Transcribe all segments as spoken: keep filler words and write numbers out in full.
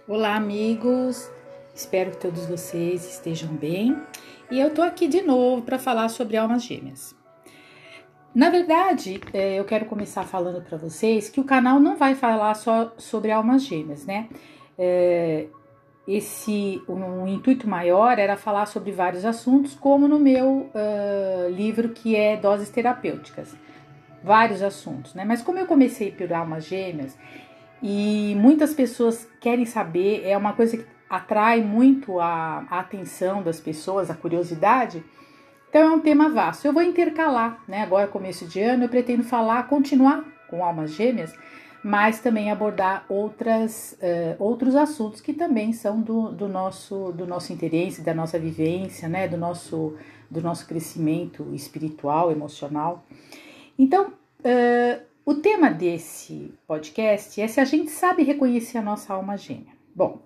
Olá, amigos! Espero que todos vocês estejam bem. E eu tô aqui de novo para falar sobre almas gêmeas. Na verdade, eu quero começar falando para vocês que o canal não vai falar só sobre almas gêmeas, né? Esse, um intuito maior era falar sobre vários assuntos, como no meu uh, livro que é Doses Terapêuticas. Vários assuntos, né? Mas como eu comecei por almas gêmeas, e muitas pessoas querem saber, é uma coisa que atrai muito a, a atenção das pessoas, a curiosidade. Então é um tema vasto. Eu vou intercalar, né? Agora, começo de ano, eu pretendo falar, continuar com almas gêmeas, mas também abordar outras, uh, outros assuntos que também são do, do, nosso, do nosso interesse, da nossa vivência, né? Do nosso, do nosso crescimento espiritual, emocional. Então, uh, o tema desse podcast é se a gente sabe reconhecer a nossa alma gêmea. Bom,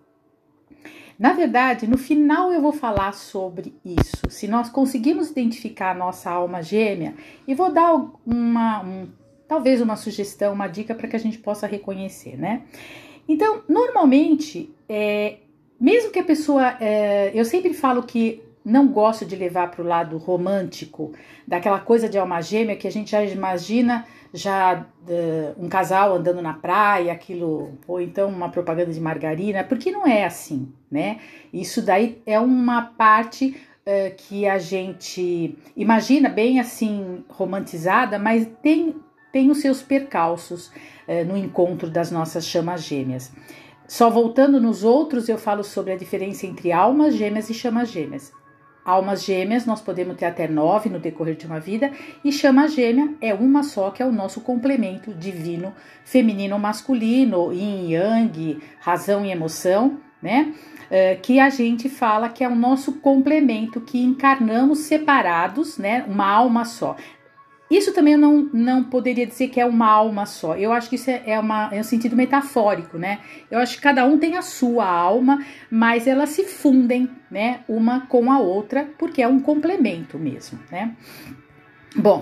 na verdade, no final eu vou falar sobre isso. Se nós conseguimos identificar a nossa alma gêmea, e vou dar uma, um, talvez uma sugestão, uma dica para que a gente possa reconhecer, né? Então, normalmente, é, mesmo que a pessoa... É, eu sempre falo que não gosto de levar para o lado romântico, daquela coisa de alma gêmea que a gente já imagina já uh, um casal andando na praia, aquilo, ou então uma propaganda de margarina, porque não é assim, né? Isso daí é uma parte uh, que a gente imagina bem assim romantizada, mas tem, tem os seus percalços uh, no encontro das nossas chamas gêmeas. Só voltando nos outros, eu falo sobre a diferença entre almas gêmeas e chamas gêmeas. Almas gêmeas, nós podemos ter até nove no decorrer de uma vida, e chama gêmea é uma só, que é o nosso complemento divino, feminino ou masculino, yin yang, razão e emoção, né? É, que a gente fala que é o nosso complemento, que encarnamos separados, né? Uma alma só. Isso também eu não, não poderia dizer que é uma alma só. Eu acho que isso é, é, uma, é um sentido metafórico, né? Eu acho que cada um tem a sua alma, mas elas se fundem, né? Uma com a outra, porque é um complemento mesmo, né? Bom,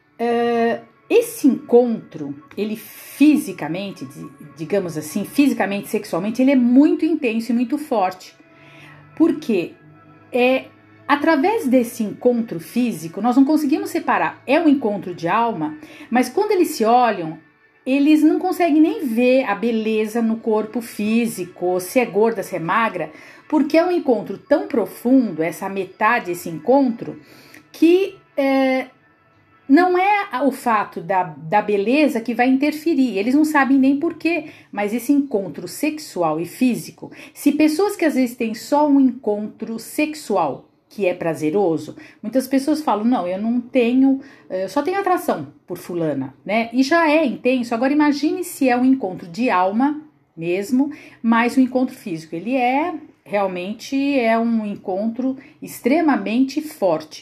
uh, esse encontro, ele fisicamente, digamos assim, fisicamente, sexualmente, ele é muito intenso e muito forte. Porque é... Através desse encontro físico, nós não conseguimos separar, é um encontro de alma, mas quando eles se olham, eles não conseguem nem ver a beleza no corpo físico, se é gorda, se é magra, porque é um encontro tão profundo, essa metade, esse encontro, que é, não é o fato da, da beleza que vai interferir, eles não sabem nem porquê, mas esse encontro sexual e físico, se pessoas que às vezes têm só um encontro sexual, que é prazeroso, muitas pessoas falam, não, eu não tenho, eu só tenho atração por fulana, né? E já é intenso. Agora imagine se é um encontro de alma mesmo, mais um encontro físico. Ele é, realmente, é um encontro extremamente forte.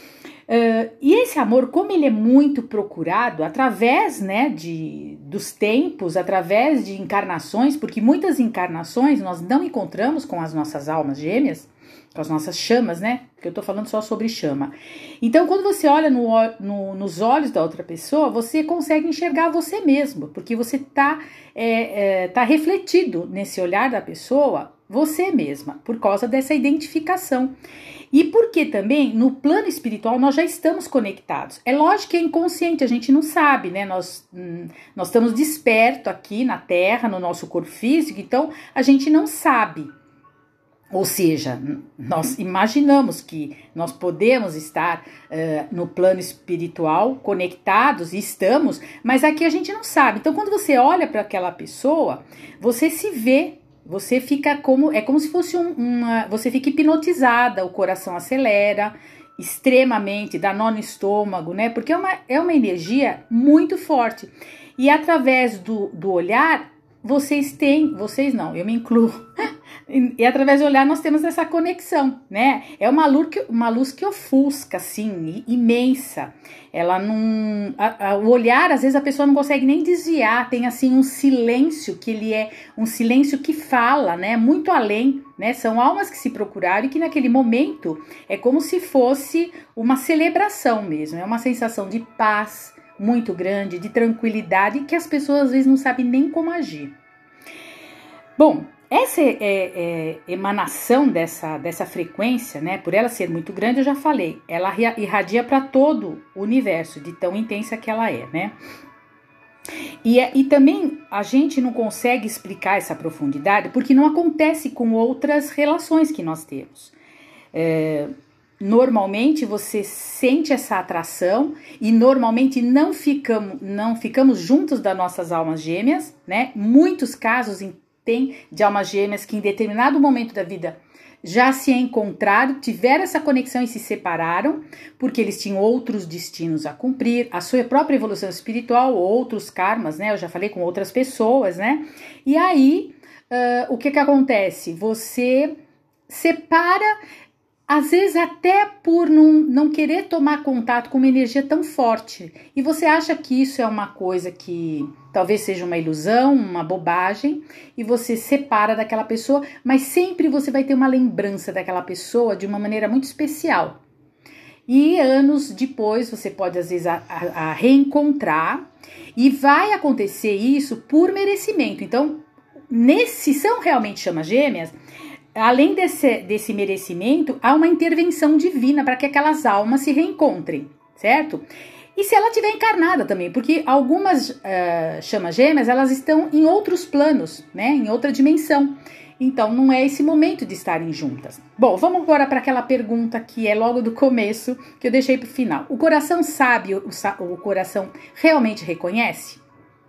Uh, e esse amor, como ele é muito procurado, através, né, de, dos tempos, através de encarnações, porque muitas encarnações nós não encontramos com as nossas almas gêmeas, com as nossas chamas, né? Porque eu tô falando só sobre chama. Então, quando você olha no, no, nos olhos da outra pessoa, você consegue enxergar você mesmo, porque você tá, é, é, tá refletido nesse olhar da pessoa, você mesma, por causa dessa identificação. E porque também, no plano espiritual, nós já estamos conectados. É lógico que é inconsciente, a gente não sabe, né? Nós, hum, nós estamos despertos aqui na Terra, no nosso corpo físico, então a gente não sabe. Ou seja, nós imaginamos que nós podemos estar uh, no plano espiritual conectados, e estamos, mas aqui a gente não sabe. Então, quando você olha para aquela pessoa, você se vê, você fica como, é como se fosse um, uma, você fica hipnotizada, o coração acelera extremamente, dá nó no estômago, né? Porque é uma, é uma energia muito forte. E através do, do olhar, vocês têm, vocês não, eu me incluo, e através do olhar nós temos essa conexão, né? É uma luz que, uma luz que ofusca, assim, imensa. Ela não... A, a, o olhar, às vezes, a pessoa não consegue nem desviar. Tem, assim, um silêncio, que ele é um silêncio que fala, né? Muito além, né? São almas que se procuraram e que naquele momento é como se fosse uma celebração mesmo. É uma sensação de paz muito grande, de tranquilidade, que as pessoas, às vezes, não sabem nem como agir. Bom, essa é, é, emanação dessa, dessa frequência, né, por ela ser muito grande, eu já falei, ela irradia para todo o universo, de tão intensa que ela é, né? E, e também a gente não consegue explicar essa profundidade porque não acontece com outras relações que nós temos. É, normalmente você sente essa atração e normalmente não ficamos, não ficamos juntos das nossas almas gêmeas, né? Muitos casos tem de almas gêmeas que em determinado momento da vida já se encontraram, tiveram essa conexão e se separaram, porque eles tinham outros destinos a cumprir, a sua própria evolução espiritual, outros karmas, né? Eu já falei com outras pessoas, né? E aí, uh, o que que acontece? Você separa, às vezes até por não, não querer tomar contato com uma energia tão forte. E você acha que isso é uma coisa que talvez seja uma ilusão, uma bobagem, e você separa daquela pessoa, mas sempre você vai ter uma lembrança daquela pessoa de uma maneira muito especial. E anos depois você pode às vezes a, a, a reencontrar, e vai acontecer isso por merecimento. Então, nesse, se são realmente chamas gêmeas, além desse, desse merecimento, há uma intervenção divina para que aquelas almas se reencontrem, certo? E se ela estiver encarnada também, porque algumas uh, chamas gêmeas, elas estão em outros planos, né? Em outra dimensão. Então, não é esse momento de estarem juntas. Bom, vamos agora para aquela pergunta que é logo do começo, que eu deixei para o final. O coração sabe, o, o coração realmente reconhece?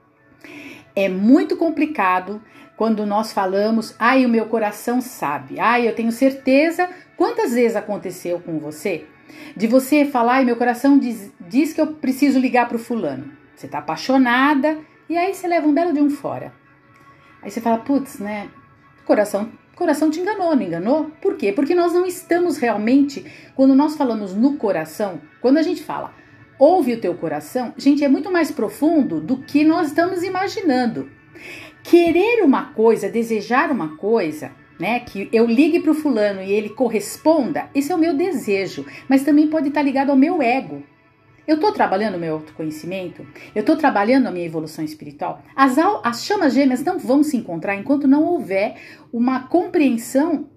É muito complicado quando nós falamos, ai, o meu coração sabe, ai, eu tenho certeza. Quantas vezes aconteceu com você? De você falar, ai, meu coração diz, diz que eu preciso ligar para o fulano. Você tá apaixonada e aí você leva um belo de um fora. Aí você fala, putz, né, coração, coração te enganou, não enganou? Por quê? Porque nós não estamos realmente, quando nós falamos no coração, quando a gente fala, ouve o teu coração, gente, é muito mais profundo do que nós estamos imaginando. Querer uma coisa, desejar uma coisa, né, que eu ligue para o fulano e ele corresponda, esse é o meu desejo, mas também pode estar ligado ao meu ego. Eu estou trabalhando o meu autoconhecimento, eu estou trabalhando a minha evolução espiritual. As, as chamas gêmeas não vão se encontrar enquanto não houver uma compreensão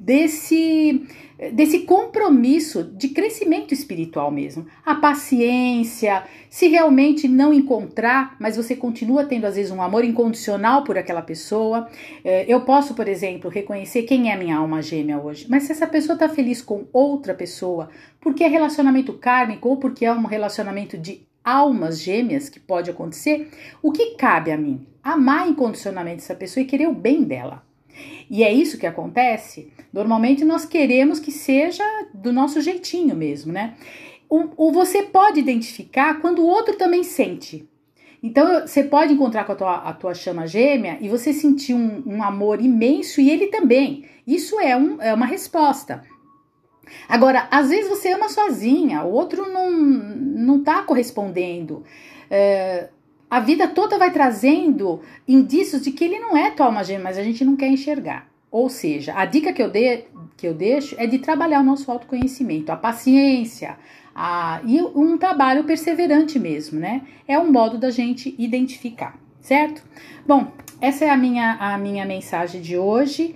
desse, desse compromisso de crescimento espiritual mesmo. A paciência, se realmente não encontrar, mas você continua tendo às vezes um amor incondicional por aquela pessoa. Eu posso, por exemplo, reconhecer quem é a minha alma gêmea hoje, mas se essa pessoa está feliz com outra pessoa, porque é relacionamento kármico ou porque é um relacionamento de almas gêmeas que pode acontecer, o que cabe a mim? Amar incondicionalmente essa pessoa e querer o bem dela. E é isso que acontece. Normalmente nós queremos que seja do nosso jeitinho mesmo, né? Ou você pode identificar quando o outro também sente. Então você pode encontrar com a tua, a tua chama gêmea e você sentir um, um amor imenso e ele também. Isso é, um, é uma resposta. Agora, às vezes você ama sozinha, o outro não, não tá correspondendo. É, a vida toda vai trazendo indícios de que ele não é tua alma gêmea, mas a gente não quer enxergar. Ou seja, a dica que eu, de, que eu deixo é de trabalhar o nosso autoconhecimento, a paciência, a, e um trabalho perseverante mesmo, né? É um modo da gente identificar, certo? Bom, essa é a minha, a minha mensagem de hoje.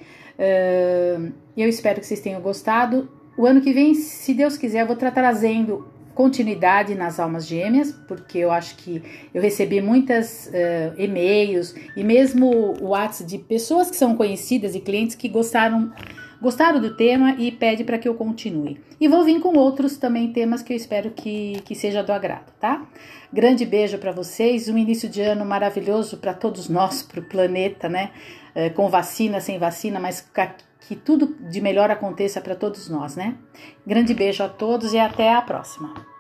Uh, eu espero que vocês tenham gostado. O ano que vem, se Deus quiser, eu vou estar trazendo continuidade nas almas gêmeas, porque eu acho que eu recebi muitas uh, e-mails e mesmo o WhatsApp de pessoas que são conhecidas e clientes que gostaram, gostaram do tema e pede para que eu continue. E vou vir com outros também temas que eu espero que, que seja do agrado, tá? Grande beijo para vocês, um início de ano maravilhoso para todos nós, para o planeta, né? Uh, com vacina, sem vacina, mas que tudo de melhor aconteça para todos nós, né? Grande beijo a todos e até a próxima.